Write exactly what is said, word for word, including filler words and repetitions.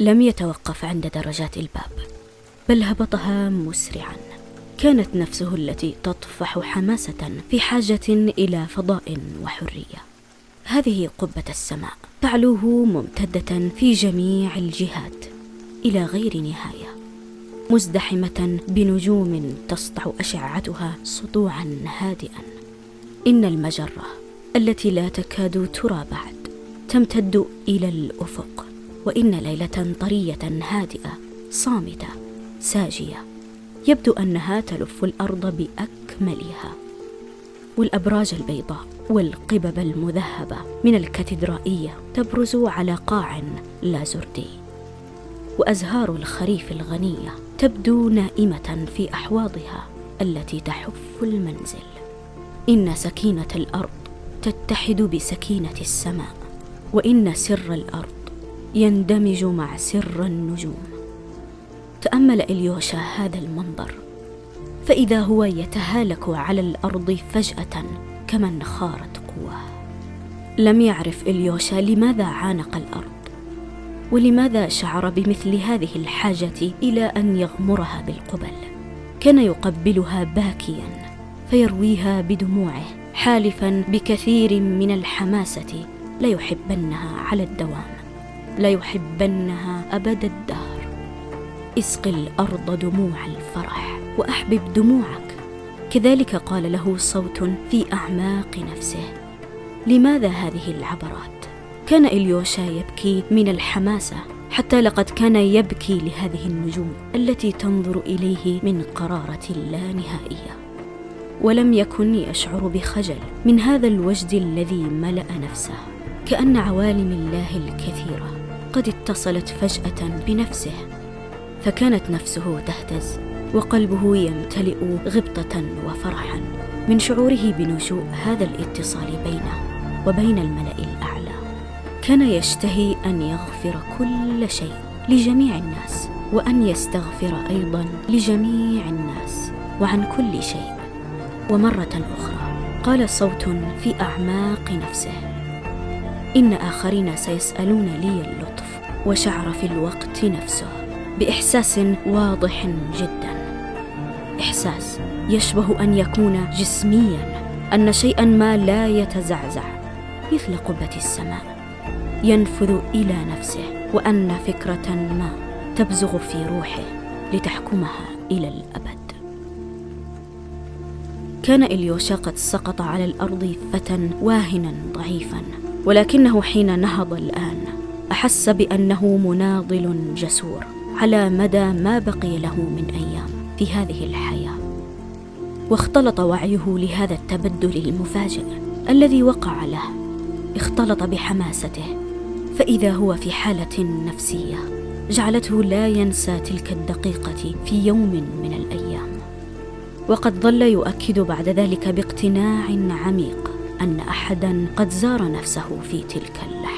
لم يتوقف عند درجات الباب، بل هبطها مسرعا. كانت نفسه التي تطفح حماسة في حاجة إلى فضاء وحرية. هذه قبة السماء تعلوه ممتدة في جميع الجهات إلى غير نهاية، مزدحمة بنجوم تسطع أشعتها سطوعا هادئا. إن المجرة التي لا تكاد ترى بعد تمتد إلى الأفق، وإن ليلة طرية هادئة صامتة ساجية يبدو أنها تلف الأرض بأكملها، والأبراج البيضاء والقبب المذهبة من الكاتدرائية تبرز على قاع لازردي، وأزهار الخريف الغنية تبدو نائمة في أحواضها التي تحف المنزل. إن سكينة الأرض تتحد بسكينة السماء، وإن سر الأرض يندمج مع سر النجوم. تأمل إليوشا هذا المنظر، فإذا هو يتهالك على الأرض فجأة كمن خارت قواه. لم يعرف إليوشا لماذا عانق الأرض، ولماذا شعر بمثل هذه الحاجة إلى أن يغمرها بالقبل. كان يقبلها باكيا فيرويها بدموعه، حالفا بكثير من الحماسة لا يحبنها على الدوام، لا يحبنها أبد الدهر. اسق الأرض دموع الفرح وأحبب دموعك. كذلك قال له صوت في أعماق نفسه. لماذا هذه العبرات؟ كان إليوشا يبكي من الحماسة، حتى لقد كان يبكي لهذه النجوم التي تنظر إليه من قرارة لا نهائية. ولم يكن يشعر بخجل من هذا الوجد الذي ملأ نفسه، كأن عوالم الله الكثيرة قد اتصلت فجأة بنفسه، فكانت نفسه تهتز وقلبه يمتلئ غبطة وفرحا من شعوره بنشوء هذا الاتصال بينه وبين الملأ الأعلى. كان يشتهي أن يغفر كل شيء لجميع الناس، وأن يستغفر أيضا لجميع الناس وعن كل شيء. ومرة أخرى قال صوت في أعماق نفسه: إن آخرين سيسألون لي اللطف. وشعر في الوقت نفسه بإحساس واضح جدا، إحساس يشبه أن يكون جسميا، أن شيئا ما لا يتزعزع مثل قبة السماء ينفذ إلى نفسه، وأن فكرة ما تبزغ في روحه لتحكمها إلى الأبد. كان إليوشا قد سقط على الأرض فتى واهنا ضعيفا، ولكنه حين نهض الآن أحس بأنه مناضل جسور على مدى ما بقي له من أيام في هذه الحياة. واختلط وعيه لهذا التبدل المفاجئ الذي وقع له، اختلط بحماسته، فإذا هو في حالة نفسية جعلته لا ينسى تلك الدقيقة في يوم من الأيام. وقد ظل يؤكد بعد ذلك باقتناع عميق أن أحدا قد زار نفسه في تلك اللحظة.